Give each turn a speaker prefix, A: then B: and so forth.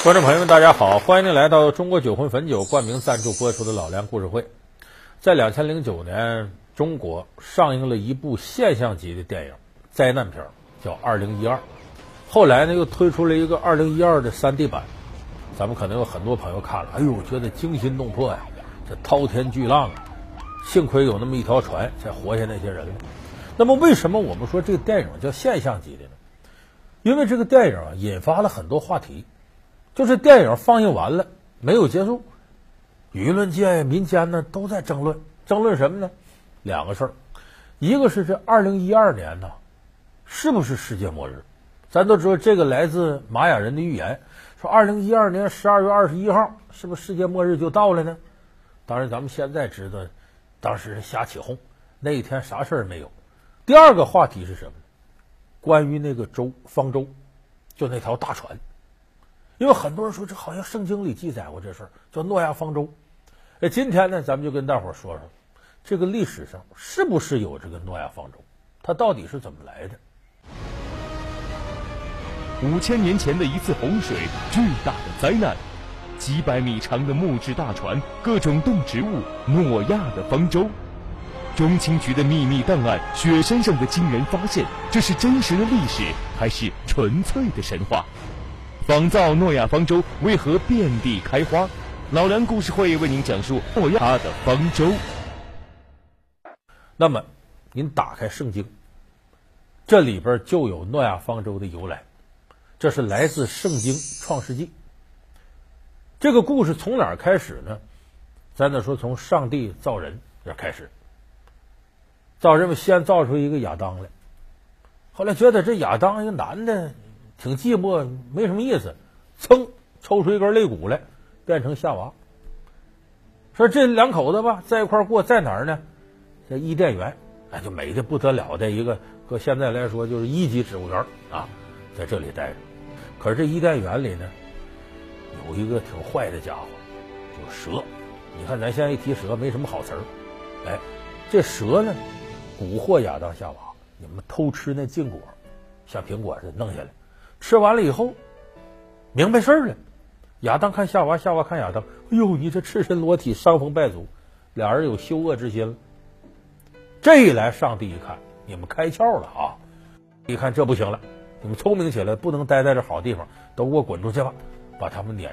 A: 观众朋友们，大家好，欢迎您来到中国酒魂汾酒冠名赞助播出的老梁故事会。在2009年，中国上映了一部现象级的电影灾难片，叫《2012》。后来呢，又推出了一个2012的3D 版。咱们可能有很多朋友看了，哎呦，觉得惊心动魄呀，这滔天巨浪啊！幸亏有那么一条船才活下那些人了。那么，为什么我们说这个电影叫现象级的呢？因为这个电影啊，引发了很多话题。就是电影放映完了没有结束，舆论界民间呢都在争论什么呢？两个事儿，一个是这2012年呢是不是世界末日？咱都知道这个来自玛雅人的预言，说2012年12月21号是不是世界末日就到了呢？当然咱们现在知道当时是瞎起哄，那一天啥事儿没有。第二个话题是什么呢？关于那个方舟，就那条大船。因为很多人说这好像圣经里记载过这事儿，叫诺亚方舟。今天呢，咱们就跟大伙儿说说，这个历史上是不是有这个诺亚方舟，它到底是怎么来的
B: ？5000年前的一次洪水，巨大的灾难，几百米长的木质大船，各种动植物，诺亚的方舟。中情局的秘密档案，雪山上的惊人发现，这是真实的历史，还是纯粹的神话？仿造诺亚方舟为何遍地开花？老梁故事会为您讲述诺亚的方舟。
A: 那么，您打开圣经，这里边就有诺亚方舟的由来。这是来自圣经创世纪。这个故事从哪儿开始呢？咱得说从上帝造人这开始。造人们先造出一个亚当来，后来觉得这亚当一个男的挺寂寞，没什么意思，噌抽出一根肋骨来，变成夏娃。说这两口子吧，在一块过，在哪儿呢？在伊甸园，就美的不得了的一个，搁现在来说就是1级植物园啊，在这里待着。可是这伊甸园里呢，有一个挺坏的家伙，就是蛇。你看咱现在一提蛇，没什么好词儿。这蛇呢，蛊惑亚当夏娃，你们偷吃那禁果，像苹果似的弄下来。吃完了以后，明白事儿了。亚当看夏娃，夏娃看亚当，哎呦，你这赤身裸体，伤风败俗，俩人有羞恶之心了。这一来，上帝一看，你们开窍了啊！一看这不行了，你们聪明起来，不能待在这好地方，都给我滚出去吧！把他们撵